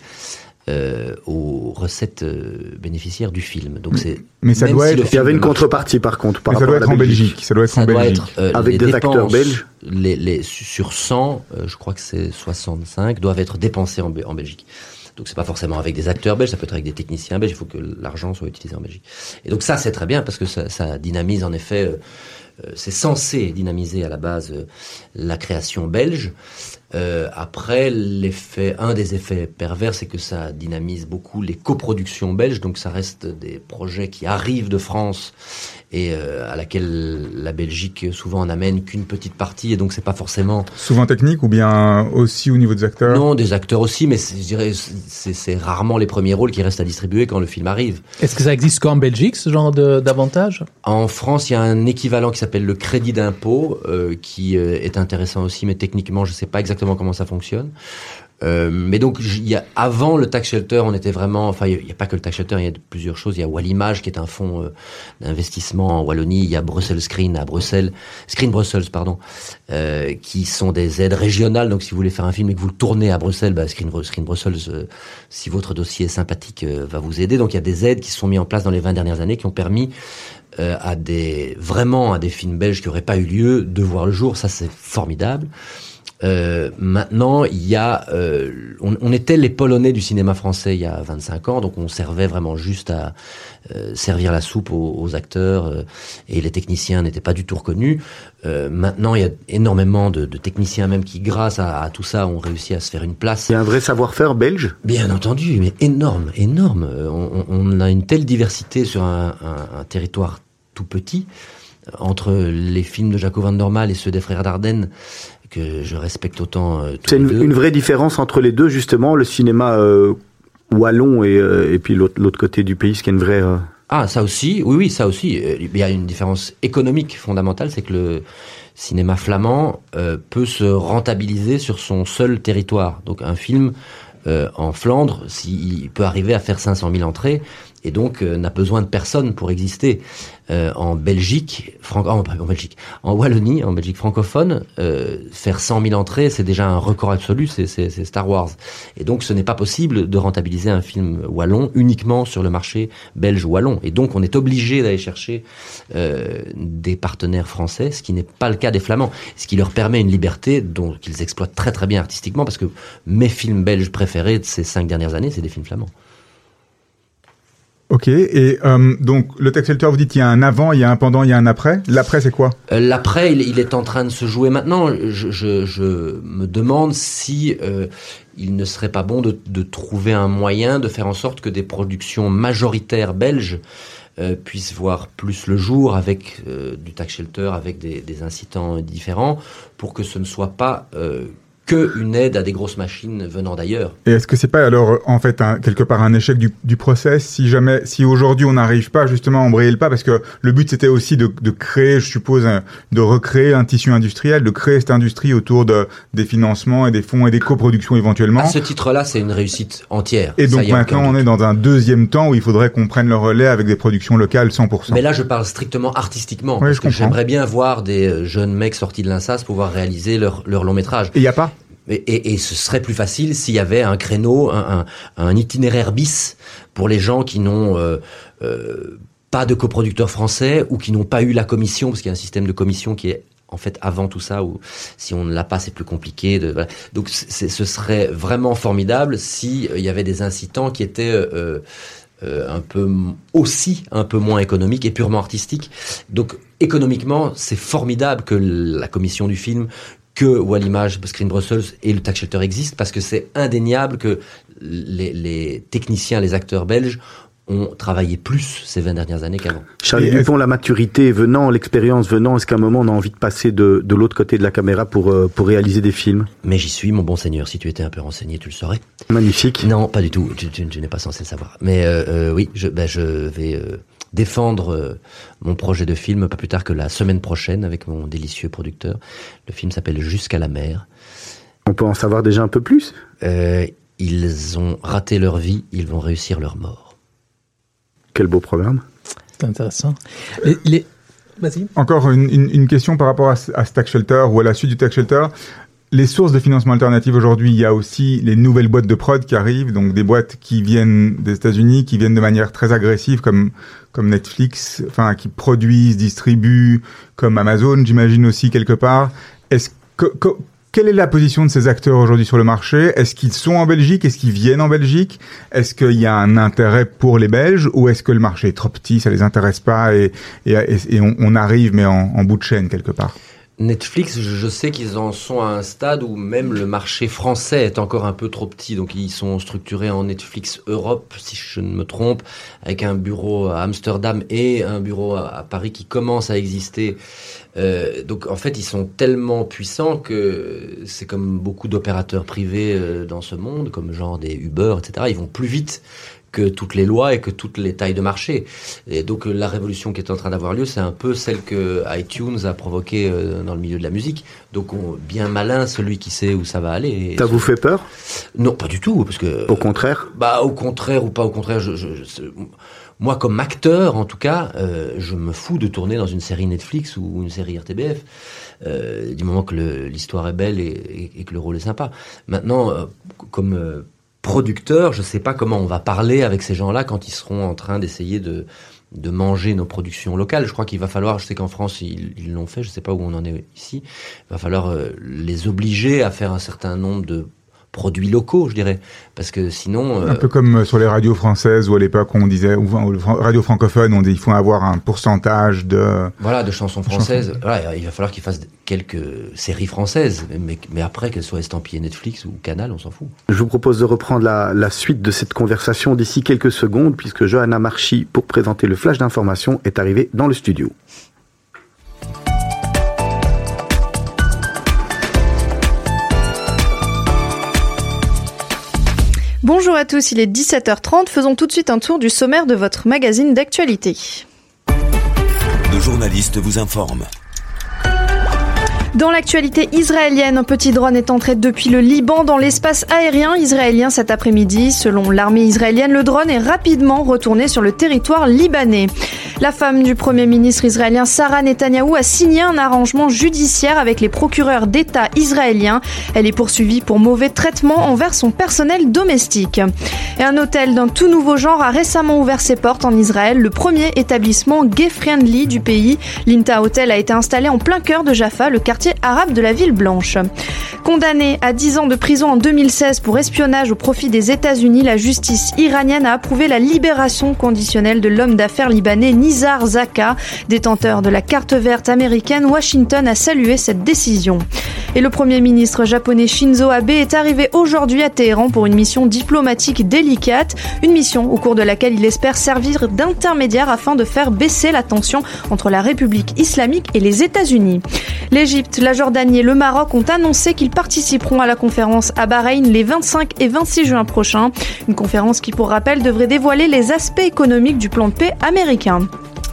Euh, aux recettes euh, bénéficiaires du film. Donc c'est. Mais ça même doit si être. le Il y avait film une ne marche contrepartie par contre par Mais ça rapport doit à être la en Belgique. Belgique. Ça doit être ça en doit Belgique. être euh, Avec les des dépenses, acteurs belges. Les, les sur cent, euh, je crois que c'est soixante-cinq, doivent être dépensés en, en Belgique. Donc c'est pas forcément avec des acteurs belges, ça peut être avec des techniciens belges. Il faut que l'argent soit utilisé en Belgique. Et donc ça c'est très bien parce que ça, ça dynamise en effet. Euh, euh, c'est censé dynamiser à la base euh, la création belge. Euh, après, l'effet, un des effets pervers, c'est que ça dynamise beaucoup les coproductions belges, donc ça reste des projets qui arrivent de France et euh, à laquelle la Belgique souvent en amène qu'une petite partie, et donc c'est pas forcément... Souvent technique ou bien aussi au niveau des acteurs? Non, des acteurs aussi, mais c'est, je dirais c'est, c'est rarement les premiers rôles qui restent à distribuer quand le film arrive. Est-ce que ça existe qu'en Belgique, ce genre de, d'avantage? En France, il y a un équivalent qui s'appelle le crédit d'impôt, euh, qui euh, est intéressant aussi, mais techniquement, je sais pas exactement comment ça fonctionne. Euh, mais donc, il y a, avant le tax shelter, on était vraiment, enfin, il n'y a pas que le tax shelter, il y a plusieurs choses. Il y a Wallimage, qui est un fonds euh, d'investissement en Wallonie. Il y a Brussels Screen à Bruxelles, Screen Brussels, pardon, euh, qui sont des aides régionales. Donc, si vous voulez faire un film et que vous le tournez à Bruxelles, bah, Screen, Screen Brussels, euh, si votre dossier est sympathique, euh, va vous aider. Donc, il y a des aides qui se sont mises en place dans les vingt dernières années qui ont permis euh, à des, vraiment à des films belges qui n'auraient pas eu lieu de voir le jour. Ça, c'est formidable. Euh, maintenant, il y a, euh, on, on était les Polonais du cinéma français il y a vingt-cinq ans, donc on servait vraiment juste à euh, servir la soupe aux, aux acteurs, euh, et les techniciens n'étaient pas du tout reconnus. Euh, maintenant, il y a énormément de, de techniciens même qui, grâce à, à tout ça, ont réussi à se faire une place. Il y a un vrai savoir-faire belge? Bien entendu, mais énorme, énorme. On, on a une telle diversité sur un, un, un territoire tout petit, entre les films de Jaco van der Mael et ceux des frères Dardenne, que je respecte autant. Euh, tous C'est les une, deux. une vraie différence entre les deux, justement, le cinéma euh, wallon et, euh, et puis l'autre, l'autre côté du pays, ce qui est une vraie... Euh... Ah, ça aussi, oui, oui, ça aussi. Il y a une différence économique fondamentale, c'est que le cinéma flamand euh, peut se rentabiliser sur son seul territoire. Donc un film euh, en Flandre, s'il peut arriver à faire cinq cent mille entrées, et donc euh, n'a besoin de personne pour exister. Euh, en Belgique, Fran- en, en Belgique, en Wallonie, en Belgique francophone, euh, faire cent mille entrées, c'est déjà un record absolu, c'est, c'est, c'est Star Wars. Et donc, ce n'est pas possible de rentabiliser un film wallon uniquement sur le marché belge wallon. Et donc, on est obligé d'aller chercher euh, des partenaires français, ce qui n'est pas le cas des Flamands, ce qui leur permet une liberté dont qu'ils exploitent très très bien artistiquement, parce que mes films belges préférés de ces cinq dernières années, c'est des films flamands. Ok, et euh, donc le tax shelter, vous dites il y a un avant, il y a un pendant, il y a un après. L'après, c'est quoi? euh, L'après, il, il est en train de se jouer maintenant. Je, je, je me demande si euh, il ne serait pas bon de, de trouver un moyen de faire en sorte que des productions majoritaires belges euh, puissent voir plus le jour avec euh, du tax shelter, avec des, des incitants différents, pour que ce ne soit pas euh, que une aide à des grosses machines venant d'ailleurs. Et est-ce que c'est pas alors en fait un, quelque part un échec du, du process si jamais, si aujourd'hui on n'arrive pas justement à embrayer le pas, parce que le but c'était aussi de, de créer, je suppose, un, de recréer un tissu industriel, de créer cette industrie autour de des financements et des fonds et des coproductions éventuellement. À ce titre-là, c'est une réussite entière. Et donc Ça, maintenant on est dans un deuxième temps où il faudrait qu'on prenne le relais avec des productions locales cent pour cent. Mais là, je parle strictement artistiquement, Oui, parce je que comprends. j'aimerais bien voir des jeunes mecs sortis de l'I N S A S pouvoir réaliser leur, leur long métrage. Et il y a pas. Et, et, et ce serait plus facile s'il y avait un créneau, un, un, un itinéraire bis pour les gens qui n'ont euh, euh, pas de coproducteurs français ou qui n'ont pas eu la commission, parce qu'il y a un système de commission qui est en fait avant tout ça, où si on ne l'a pas, c'est plus compliqué. De, voilà. Donc c'est, ce serait vraiment formidable s'il euh, y avait des incitants qui étaient euh, euh, un peu aussi un peu moins économiques et purement artistiques. Donc économiquement, c'est formidable que la commission du film, que Wallimage, Screen Brussels et le Tax Shelter existent, parce que c'est indéniable que les, les techniciens, les acteurs belges ont travaillé plus ces vingt dernières années qu'avant. Charlie Dupont, la maturité venant, l'expérience venant, est-ce qu'à un moment on a envie de passer de, de l'autre côté de la caméra pour, euh, pour réaliser des films? Mais j'y suis, mon bon seigneur, si tu étais un peu renseigné, tu le saurais. Magnifique. Non, pas du tout, tu, tu, tu n'es pas censé le savoir. Mais euh, euh, oui, je, ben, je vais euh, défendre euh, mon projet de film pas plus tard que la semaine prochaine avec mon délicieux producteur. Le film s'appelle Jusqu'à la mer. On peut en savoir déjà un peu plus? euh, Ils ont raté leur vie, ils vont réussir leur mort. Quel beau programme. C'est intéressant. Les, les... Vas-y. Encore une, une, une question par rapport à, à ce Tax Shelter ou à la suite du Tax Shelter. Les sources de financement alternatif aujourd'hui, il y a aussi les nouvelles boîtes de prod qui arrivent, donc des boîtes qui viennent des États-Unis, qui viennent de manière très agressive, comme comme Netflix, enfin qui produisent, distribuent, comme Amazon, j'imagine aussi quelque part. Est-ce que, que Quelle est la position de ces acteurs aujourd'hui sur le marché? Est-ce qu'ils sont en Belgique? Est-ce qu'ils viennent en Belgique? Est-ce qu'il y a un intérêt pour les Belges? Ou est-ce que le marché est trop petit, ça les intéresse pas et, et, et on, on arrive mais en, en bout de chaîne quelque part? Netflix, je sais qu'ils en sont à un stade où même le marché français est encore un peu trop petit. Donc ils sont structurés en Netflix Europe, si je ne me trompe, avec un bureau à Amsterdam et un bureau à Paris qui commence à exister. Euh, donc en fait, ils sont tellement puissants que c'est comme beaucoup d'opérateurs privés euh, dans ce monde, comme genre des Uber, et cetera. Ils vont plus vite que toutes les lois et que toutes les tailles de marché. Et donc la révolution qui est en train d'avoir lieu, c'est un peu celle que iTunes a provoquée euh, dans le milieu de la musique. Donc on, bien malin celui qui sait où ça va aller. Ça vous fait peur? Non, pas du tout, parce que au contraire. Bah au contraire ou pas au contraire, je, je, je, moi comme acteur en tout cas, euh, je me fous de tourner dans une série Netflix ou une série R T B F. Euh, du moment que le, l'histoire est belle et, et, et que le rôle est sympa. Maintenant, euh, comme euh, producteur, je sais pas comment on va parler avec ces gens-là quand ils seront en train d'essayer de de manger nos productions locales. Je crois qu'il va falloir, je sais qu'en France ils, ils l'ont fait, je sais pas où on en est ici, il va falloir euh, les obliger à faire un certain nombre de produits locaux, je dirais, parce que sinon... Euh... Un peu comme sur les radios françaises où à l'époque on disait, ou radio francophone, on dit il faut avoir un pourcentage de... Voilà, de chansons françaises. Chansons. Voilà, il va falloir qu'ils fassent quelques séries françaises, mais, mais après qu'elles soient estampillées Netflix ou Canal, on s'en fout. Je vous propose de reprendre la, la suite de cette conversation d'ici quelques secondes, puisque Johanna Marchi, pour présenter le flash d'information, est arrivée dans le studio. Bonjour à tous, il est dix-sept heures trente, faisons tout de suite un tour du sommaire de votre magazine d'actualité. Nos journalistes vous informent. Dans l'actualité israélienne, un petit drone est entré depuis le Liban dans l'espace aérien israélien cet après-midi. Selon l'armée israélienne, le drone est rapidement retourné sur le territoire libanais. La femme du Premier ministre israélien Sarah Netanyahou a signé un arrangement judiciaire avec les procureurs d'État israéliens. Elle est poursuivie pour mauvais traitement envers son personnel domestique. Et un hôtel d'un tout nouveau genre a récemment ouvert ses portes en Israël, le premier établissement gay-friendly du pays. L'Inta Hotel a été installé en plein cœur de Jaffa, le quartier arabe de la ville blanche. Condamné à dix ans de prison en deux mille seize pour espionnage au profit des États-Unis, la justice iranienne a approuvé la libération conditionnelle de l'homme d'affaires libanais Nizar Zaka, détenteur de la carte verte américaine. Washington a salué cette décision. Et le Premier ministre japonais Shinzo Abe est arrivé aujourd'hui à Téhéran pour une mission diplomatique délicate, une mission au cours de laquelle il espère servir d'intermédiaire afin de faire baisser la tension entre la République islamique et les États-Unis. L'Égypte, la Jordanie et le Maroc ont annoncé qu'ils participeront à la conférence à Bahreïn les vingt-cinq et vingt-six juin prochains. Une conférence qui, pour rappel, devrait dévoiler les aspects économiques du plan de paix américain.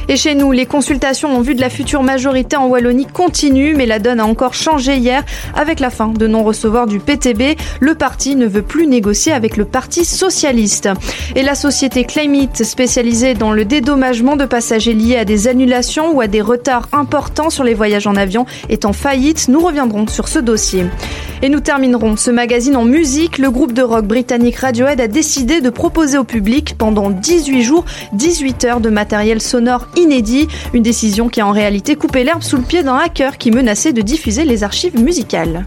Et chez nous, les consultations en vue de la future majorité en Wallonie continuent, mais la donne a encore changé hier avec la fin de non-recevoir du P T B. Le parti ne veut plus négocier avec le Parti socialiste. Et la société Claimit, spécialisée dans le dédommagement de passagers liés à des annulations ou à des retards importants sur les voyages en avion, est en faillite. Nous reviendrons sur ce dossier. Et nous terminerons ce magazine en musique. Le groupe de rock britannique Radiohead a décidé de proposer au public pendant dix-huit jours, dix-huit heures de matériel sonore inédit. Une décision qui a en réalité coupé l'herbe sous le pied d'un hacker qui menaçait de diffuser les archives musicales.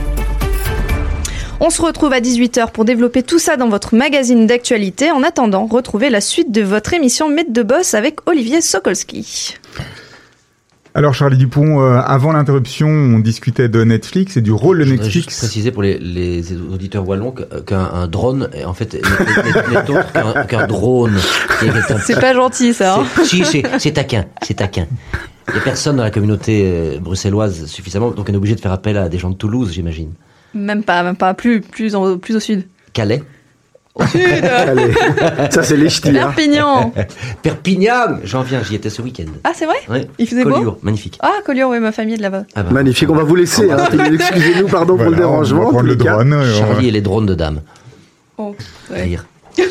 On se retrouve à dix-huit heures pour développer tout ça dans votre magazine d'actualité. En attendant, retrouvez la suite de votre émission Mythe de Boss avec Olivier Sokolski. Alors Charlie Dupont, euh, avant l'interruption, on discutait de Netflix et du rôle de Je Netflix. juste préciser pour les, les auditeurs wallons qu'un un drone est en fait n'est autre qu'un qu'un drone. C'est pas gentil ça. Hein c'est, si, c'est, c'est taquin, c'est taquin. Il n'y a personne dans la communauté euh, bruxelloise suffisamment, donc on est obligé de faire appel à des gens de Toulouse, j'imagine. Même pas, même pas, plus, plus, en, plus au sud. Calais. Au sud. Allez, ça c'est les ch'tis. Perpignan. Perpignan, j'en viens, j'y étais ce week-end. Ah c'est vrai? Ouais. Il faisait Collioure, beau. magnifique. Ah Collioure, oui, ma famille est de là-bas. Ah bah. Magnifique, on va vous laisser. Hein. Excusez-nous, pardon Voilà, pour le dérangement. On va prendre le drone. Charlie et les drones de dames. Oh, Ouais. ouais.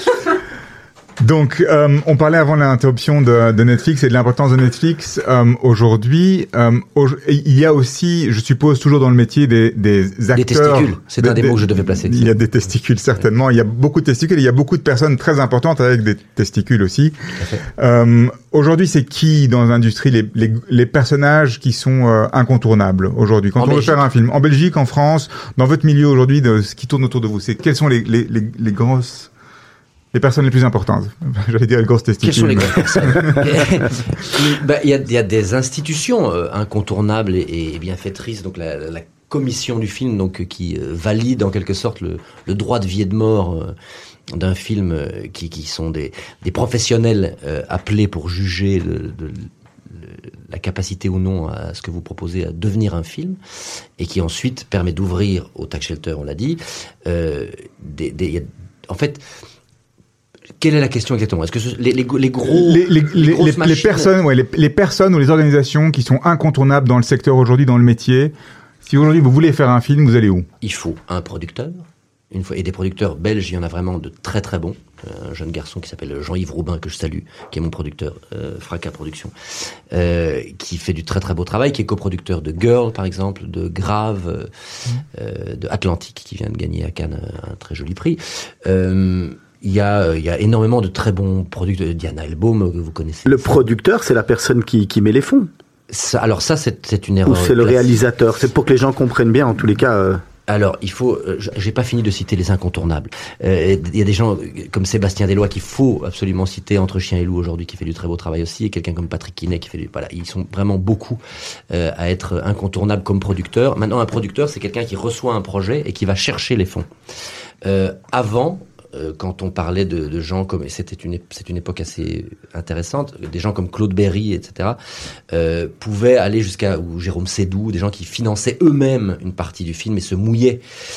Donc, euh, on parlait avant l'interruption de, de Netflix et de l'importance de Netflix. Euh, aujourd'hui, euh, au, il y a aussi, je suppose, toujours dans le métier des, des acteurs... Des testicules, c'est des, un des mots que je devais placer. Il y a des testicules, certainement. Il y a beaucoup de testicules et il y a beaucoup de personnes très importantes avec des testicules aussi. Euh, aujourd'hui, c'est qui, dans l'industrie, les, les, les personnages qui sont euh, incontournables aujourd'hui? Quand En on Belgique. veut faire un film, en Belgique, en France, dans votre milieu aujourd'hui, de ce qui tourne autour de vous, c'est quelles sont les, les, les, les grosses... Les personnes les plus importantes. J'allais dire les grosses testicules. Quelles sont les grandes personnes? Bah, il y, a, il y a des institutions euh, incontournables et, et bienfaitrices. Donc la, la commission du film, donc qui euh, valide en quelque sorte le, le droit de vie et de mort euh, d'un film, euh, qui, qui sont des, des professionnels euh, appelés pour juger de, de, de la capacité ou non à ce que vous proposez à devenir un film, et qui ensuite permet d'ouvrir au tax shelter, on l'a dit. Euh, des, des, il y a, en fait. Quelle est la question exactement? Est-ce que ce, les, les, les gros, les, les, les, grosses les, machines... les personnes, ouais, les, les personnes ou les organisations qui sont incontournables dans le secteur aujourd'hui, dans le métier. Si aujourd'hui vous voulez faire un film, vous allez où? Il faut un producteur, une fois, et des producteurs belges, il y en a vraiment de très très bons. Un jeune garçon qui s'appelle Jean-Yves Roubin, que je salue, qui est mon producteur, euh, Fracas Production, euh, qui fait du très très beau travail, qui est coproducteur de Girl par exemple, de Grave, euh, de Atlantique, qui vient de gagner à Cannes un très joli prix. Euh, Il y a, il y a énormément de très bons producteurs. Diana Elbaum, que vous connaissez. Le producteur, c'est la personne qui, qui met les fonds. Ça, alors ça, c'est, c'est une erreur. Ou c'est le classique. réalisateur. C'est pour que les gens comprennent bien, en tous les cas. Euh... Alors, il faut. Euh, j'ai pas fini de citer les incontournables. Euh, Il y a des gens comme Sébastien Deslois qu'il faut absolument citer, Entre Chien et Loup aujourd'hui, qui fait du très beau travail aussi, et quelqu'un comme Patrick Quinet qui fait du. Voilà, ils sont vraiment beaucoup euh, à être incontournables comme producteurs. Maintenant, un producteur, c'est quelqu'un qui reçoit un projet et qui va chercher les fonds. Euh, avant. Euh, quand on parlait de, de gens comme, et c'était une, c'est une époque assez intéressante, des gens comme Claude Berry, et cetera, euh, pouvaient aller jusqu'à, ou Jérôme Sédou, des gens qui finançaient eux-mêmes une partie du film et se mouillaient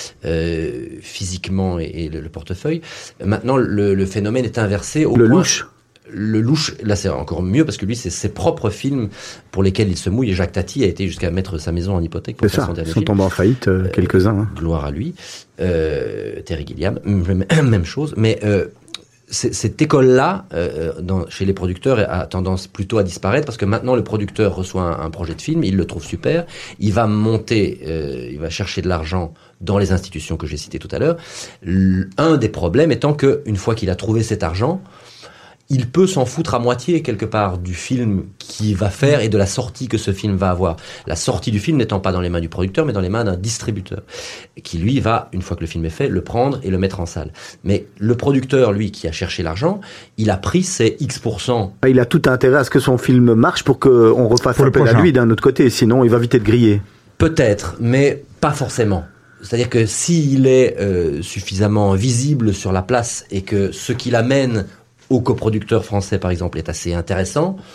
euh, physiquement et, et le, le portefeuille. Maintenant, le, le phénomène est inversé au Le point... louche. Le louche, là c'est encore mieux parce que lui c'est ses propres films pour lesquels il se mouille, et Jacques Tati a été jusqu'à mettre sa maison en hypothèque pour C'est faire ça, son dernier ils sont film. tombés en faillite, euh, quelques-uns. Hein. Gloire à lui. Euh, Terry Gilliam, même, même chose. Mais euh, c'est, cette école-là, euh, dans, chez les producteurs, a tendance plutôt à disparaître parce que maintenant le producteur reçoit un, un projet de film, il le trouve super, il va monter, euh, il va chercher de l'argent dans les institutions que j'ai citées tout à l'heure. L- un des problèmes étant que une fois qu'il a trouvé cet argent, il peut s'en foutre à moitié, quelque part, du film qu'il va faire et de la sortie que ce film va avoir. La sortie du film n'étant pas dans les mains du producteur, mais dans les mains d'un distributeur, qui, lui, va, une fois que le film est fait, le prendre et le mettre en salle. Mais le producteur, lui, qui a cherché l'argent, il a pris ses X%. Il a tout intérêt à ce que son film marche pour qu'on refasse Pour le appel à prochain. lui d'un autre côté, sinon il va vite être grillé. Peut-être, mais pas forcément. C'est-à-dire que s'il est euh, suffisamment visible sur la place et que ce qu'il amène au coproducteur français, par exemple, est assez intéressant,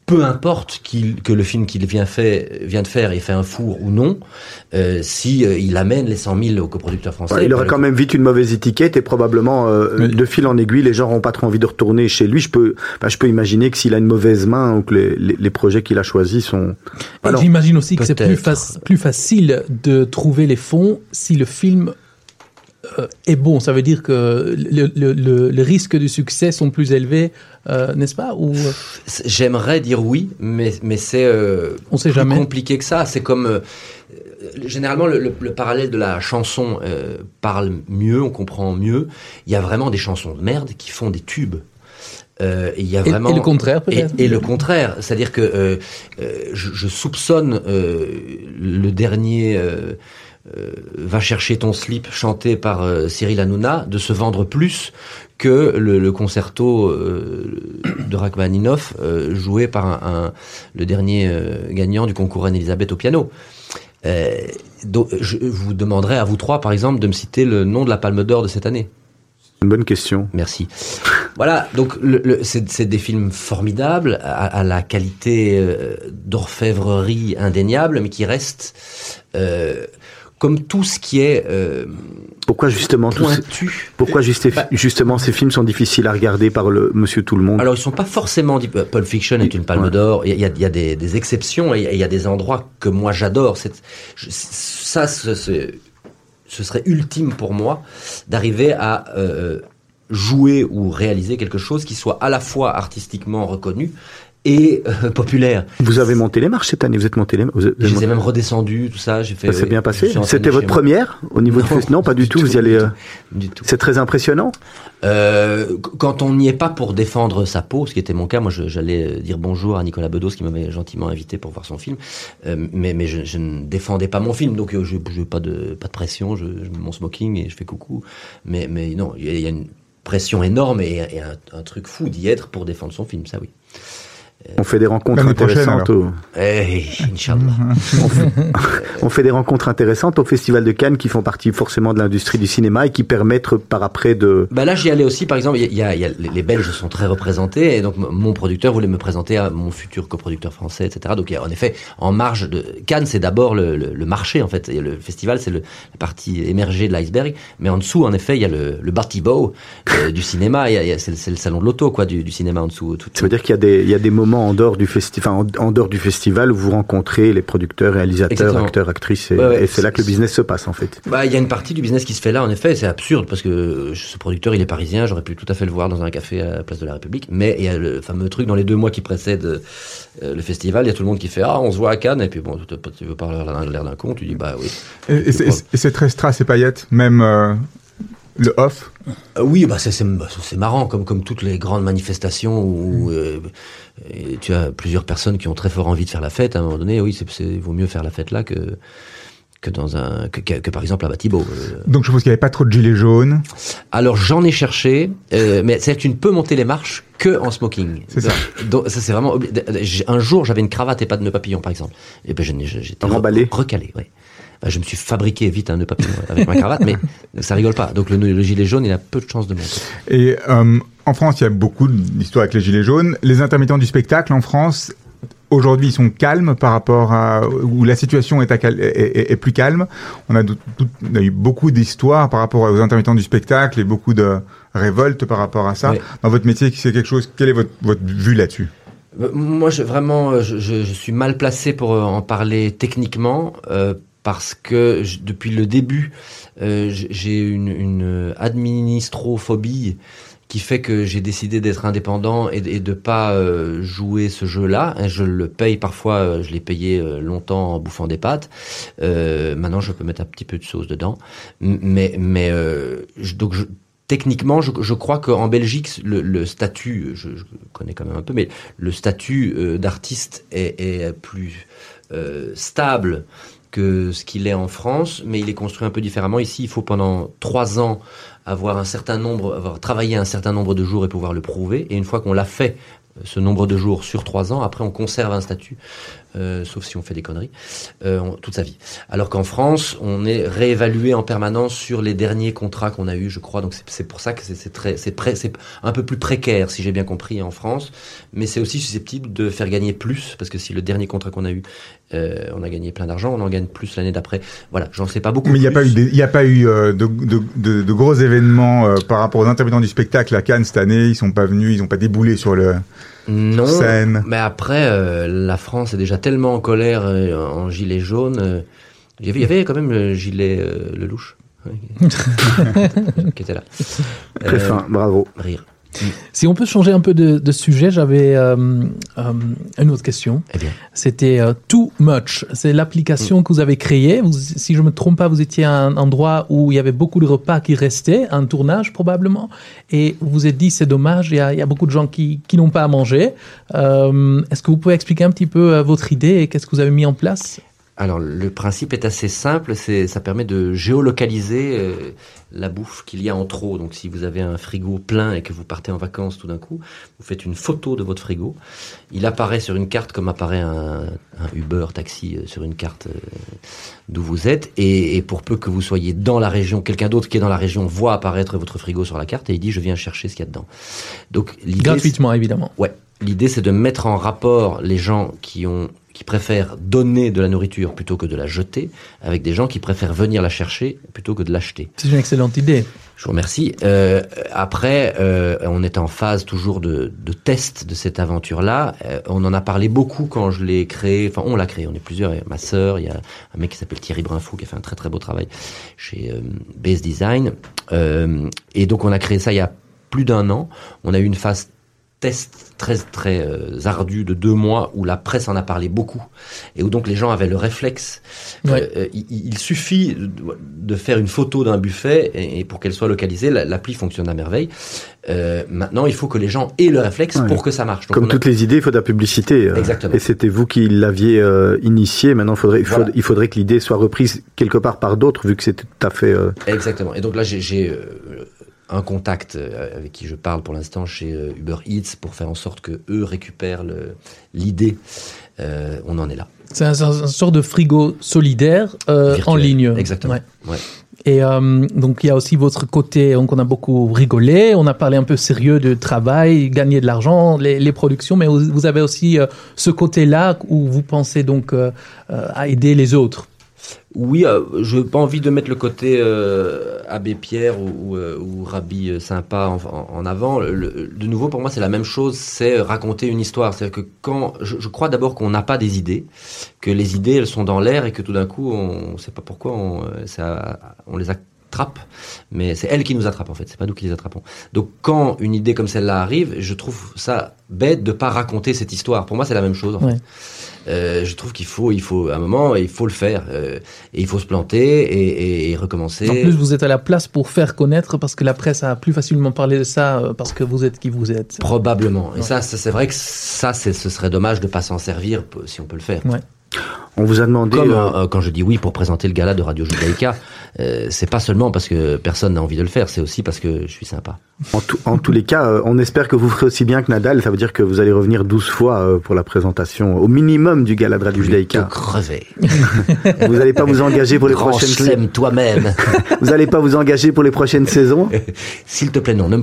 peu importe qu'il, que le film qu'il vient, fait, vient de faire ait fait un four ou non, euh, si euh, il amène les cent mille aux coproducteurs français. Ouais, il aurait quand même vite une mauvaise étiquette et probablement euh, oui. de fil en aiguille, les gens n'auront pas trop envie de retourner chez lui. Je peux, bah, je peux imaginer que s'il a une mauvaise main ou que les, les, les projets qu'il a choisis sont. Alors, j'imagine aussi que c'est plus, fa- plus facile de trouver les fonds si le film euh, est bon. Ça veut dire que le, le, le, le risque de succès sont plus élevés, euh, n'est-ce pas? Ou... J'aimerais dire oui, mais, mais c'est euh, On sait plus jamais. compliqué que ça. C'est comme... Euh, généralement, le, le, le parallèle de la chanson euh, parle mieux, on comprend mieux. Il y a vraiment des chansons de merde qui font des tubes. Euh, et, il y a vraiment... et, et le contraire, peut-être. Et, et le contraire. C'est-à-dire que euh, euh, je, je soupçonne euh, le dernier... Euh, Euh, va chercher ton slip chanté par euh, Cyril Hanouna de se vendre plus que le, le concerto euh, de Rachmaninoff euh, joué par un, un, le dernier euh, gagnant du concours Anne-Elisabeth au piano. Euh, donc, je vous demanderai à vous trois, par exemple, de me citer le nom de la Palme d'Or de cette année. Une bonne question. Merci. Voilà, donc le, le, c'est, c'est des films formidables, à, à la qualité euh, d'orfèvrerie indéniable, mais qui restent... Euh, comme tout ce qui est euh, pourquoi justement pointu. Ces, pourquoi juste, bah, justement ces films sont difficiles à regarder par le Monsieur Tout le Monde? Alors ils sont pas forcément. Pulp Fiction est une palme ouais. d'or. Il y a, il y a des, des exceptions et il y a des endroits que moi j'adore. C'est, je, ça, ce, ce, ce serait ultime pour moi d'arriver à euh, jouer ou réaliser quelque chose qui soit à la fois artistiquement reconnu et euh, populaire. Vous avez monté les marches cette année, vous êtes monté les marches. Je les ai même redescendus, tout ça. J'ai fait. Ça s'est bien passé. C'était votre première au niveau non, du festival? Non, pas du, du tout. tout. Vous y allez. Euh... Du tout. C'est très impressionnant. Euh, quand on n'y est pas pour défendre sa peau, ce qui était mon cas, moi je, j'allais dire bonjour à Nicolas Bedos qui m'avait gentiment invité pour voir son film, euh, mais, mais je, je ne défendais pas mon film, donc euh, je n'ai pas de pas de pression, je, je mets mon smoking et je fais coucou. Mais mais non, il y, y a une pression énorme et, et un, un truc fou d'y être pour défendre son film, ça oui. On fait des rencontres intéressantes. Au... Hey, Inch'Allah. on, fait... on fait des rencontres intéressantes au Festival de Cannes qui font partie forcément de l'industrie du cinéma et qui permettent par après de... Bah là, j'y allais aussi, par exemple, il y a, il y a, les Belges sont très représentés et donc mon producteur voulait me présenter à mon futur coproducteur français, et cetera. Donc il y a en effet, en marge de... Cannes, c'est d'abord le, le, le marché, en fait. Le festival, c'est le, la partie émergée de l'iceberg. Mais en dessous, en effet, il y a le, le Barty-Bow euh, du cinéma. Il y a, il y a, c'est, c'est le salon de l'auto, quoi, du, du cinéma en dessous. Tout, Ça veut dire qu'il y a des, il y a des moments en dehors du festival, enfin, en, en dehors du festival où vous rencontrez les producteurs, réalisateurs, Exactement. acteurs, actrices, et, ouais, ouais, et c'est, c'est là que le business se passe en fait. Bah, il y a une partie du business qui se fait là, en effet, c'est absurde parce que ce producteur, il est parisien, j'aurais pu tout à fait le voir dans un café à la place de la République, mais il y a le fameux truc dans les deux mois qui précèdent euh, le festival, il y a tout le monde qui fait ah, on se voit à Cannes, et puis bon, tu, tu veux pas l'air d'un con, tu dis bah oui. Et, et, c'est, et c'est très strass et paillettes, même. Euh... Le off euh, Oui, bah c'est, c'est, c'est marrant, comme, comme toutes les grandes manifestations où mmh. euh, tu as plusieurs personnes qui ont très fort envie de faire la fête. À un moment donné, oui, c'est, c'est vaut mieux faire la fête là que, que, dans un, que, que, que par exemple à Batibo. Donc je suppose qu'il n'y avait pas trop de gilets jaunes. Alors j'en ai cherché, euh, mais c'est-à-dire que tu ne peux monter les marches que en smoking. C'est ça. Donc ça c'est vraiment... Un jour j'avais une cravate et pas de nœud papillon par exemple. Et ben j'étais emballé. Recalé, oui. Je me suis fabriqué vite un nœud papillon avec ma cravate, mais ça rigole pas. Donc le, le gilet jaune, il a peu de chances de monter. Et euh, en France, il y a beaucoup d'histoires avec les gilets jaunes. Les intermittents du spectacle en France, aujourd'hui, ils sont calmes par rapport à où la situation est, à, est, est, est plus calme. On a, tout, on a eu beaucoup d'histoires par rapport aux intermittents du spectacle et beaucoup de révoltes par rapport à ça. Oui. Dans votre métier, c'est quelque chose. Quelle est votre, votre vue là-dessus? Moi, je, vraiment, je, je, je suis mal placé pour en parler techniquement. Euh, Parce que je, depuis le début, euh, j'ai une, une administrophobie qui fait que j'ai décidé d'être indépendant et, et de pas euh, jouer ce jeu-là. Je le paye parfois, je l'ai payé longtemps en bouffant des pâtes. Euh, maintenant, je peux mettre un petit peu de sauce dedans. Mais, mais euh, je, donc je, techniquement, je, je crois qu'en Belgique, le, le statut, je, je connais quand même un peu, mais le statut euh, d'artiste est, est plus euh, stable que ce qu'il est en France, mais il est construit un peu différemment. Ici, il faut pendant trois ans avoir un certain nombre, avoir travaillé un certain nombre de jours et pouvoir le prouver. Et une fois qu'on l'a fait, ce nombre de jours sur trois ans. Après, on conserve un statut, euh, sauf si on fait des conneries, euh, on, toute sa vie. Alors qu'en France, on est réévalué en permanence sur les derniers contrats qu'on a eus, je crois. Donc c'est, c'est pour ça que c'est, c'est très, c'est, pré, c'est un peu plus précaire, si j'ai bien compris, en France. Mais c'est aussi susceptible de faire gagner plus, parce que si le dernier contrat qu'on a eu, euh, on a gagné plein d'argent, on en gagne plus l'année d'après. Voilà, j'en sais pas beaucoup. Mais il n'y a plus. pas eu, il y a pas eu euh, de, de, de, de gros événements euh, par rapport aux intervenants du spectacle à Cannes cette année. Ils sont pas venus, ils ont pas déboulé sur le. Non, scène. Mais après, euh, la France est déjà tellement en colère euh, en gilet jaune. Euh, il y avait, il y avait quand même le gilet euh, Lelouch qui était là. Très euh, fin, bravo. Rire. Si on peut changer un peu de, de sujet, j'avais euh, euh, une autre question. Eh bien. C'était euh, Too Much. C'est l'application mm. que vous avez créée. Vous, si je ne me trompe pas, vous étiez à un endroit où il y avait beaucoup de repas qui restaient, un tournage probablement, et vous vous êtes dit c'est dommage, il y a, il y a beaucoup de gens qui, qui n'ont pas à manger. Euh, est-ce que vous pouvez expliquer un petit peu euh, votre idée et qu'est-ce que vous avez mis en place ? Alors, le principe est assez simple, c'est, ça permet de géolocaliser euh, la bouffe qu'il y a en trop. Donc, si vous avez un frigo plein et que vous partez en vacances tout d'un coup, vous faites une photo de votre frigo. Il apparaît sur une carte comme apparaît un, un Uber taxi euh, sur une carte euh, d'où vous êtes. Et, et pour peu que vous soyez dans la région, quelqu'un d'autre qui est dans la région voit apparaître votre frigo sur la carte et il dit « je viens chercher ce qu'il y a dedans ». Donc, l'idée, gratuitement, c'est, évidemment. Ouais. L'idée, c'est de mettre en rapport les gens qui ont qui préfèrent donner de la nourriture plutôt que de la jeter, avec des gens qui préfèrent venir la chercher plutôt que de l'acheter. C'est une excellente idée. Je vous remercie. Euh, après, euh, on est en phase toujours de, de test de cette aventure-là. Euh, on en a parlé beaucoup quand je l'ai créé. Enfin, on l'a créé, on est plusieurs. Il y a ma sœur, il y a un mec qui s'appelle Thierry Brinfou qui a fait un très très beau travail chez euh, Base Design. Euh, et donc, on a créé ça il y a plus d'un an. On a eu une phase test très très euh, ardu de deux mois où la presse en a parlé beaucoup et où donc les gens avaient le réflexe. Ouais. Euh, il, il suffit de, de faire une photo d'un buffet et, et pour qu'elle soit localisée, la, l'appli fonctionne à merveille. Euh, maintenant, il faut que les gens aient le réflexe ouais. pour que ça marche. Donc Comme toutes a... les idées, il faut de la publicité. Euh, Exactement. Et c'était vous qui l'aviez euh, initié. Maintenant, faudrait, il, voilà. faut, il faudrait que l'idée soit reprise quelque part par d'autres, vu que c'était tout à fait. Euh... Exactement. Et donc là, j'ai, j'ai euh, un contact avec qui je parle pour l'instant chez Uber Eats pour faire en sorte que eux récupèrent le, l'idée. Euh, on en est là. C'est un, un sorte de frigo solidaire euh, en ligne. Exactement. Ouais. Ouais. Et euh, donc il y a aussi votre côté, donc on a beaucoup rigolé, on a parlé un peu sérieux de travail, gagner de l'argent, les, les productions, mais vous avez aussi euh, ce côté-là où vous pensez donc euh, euh, à aider les autres. Oui, euh, je n'ai pas envie de mettre le côté euh, Abbé Pierre ou, ou, ou Rabbi euh, sympa en, en, en avant. Le, le, de nouveau, pour moi, c'est la même chose, c'est raconter une histoire. C'est-à-dire que quand, je, je crois d'abord qu'on n'a pas des idées, que les idées, elles sont dans l'air et que tout d'un coup, on ne sait pas pourquoi, on, ça, on les attrape, mais c'est elles qui nous attrapent en fait, c'est pas nous qui les attrapons. Donc quand une idée comme celle-là arrive, je trouve ça bête de pas raconter cette histoire. Pour moi, c'est la même chose en ouais. fait. Euh, je trouve qu'il faut, il faut, à un moment, il faut le faire. Euh, et il faut se planter et, et, et recommencer. En plus, vous êtes à la place pour faire connaître, parce que la presse a plus facilement parlé de ça, euh, parce que vous êtes qui vous êtes. Probablement. Et ouais. ça, ça, c'est vrai que ça, c'est, ce serait dommage de pas s'en servir si on peut le faire. Ouais. On vous a demandé... Comme euh... euh, quand je dis oui pour présenter le gala de Radio Judaïka, euh, c'est pas seulement parce que personne n'a envie de le faire, c'est aussi parce que je suis sympa. En, tout, en tous les cas, euh, on espère que vous ferez aussi bien que Nadal. Ça veut dire que vous allez revenir douze fois euh, pour la présentation, au minimum, du gala de Radio Judaïka. Crever. Vous n'allez pas vous engager pour les Grand prochaines... Chelem toi-même. Vous n'allez pas vous engager pour les prochaines saisons? S'il te plaît, non. Ne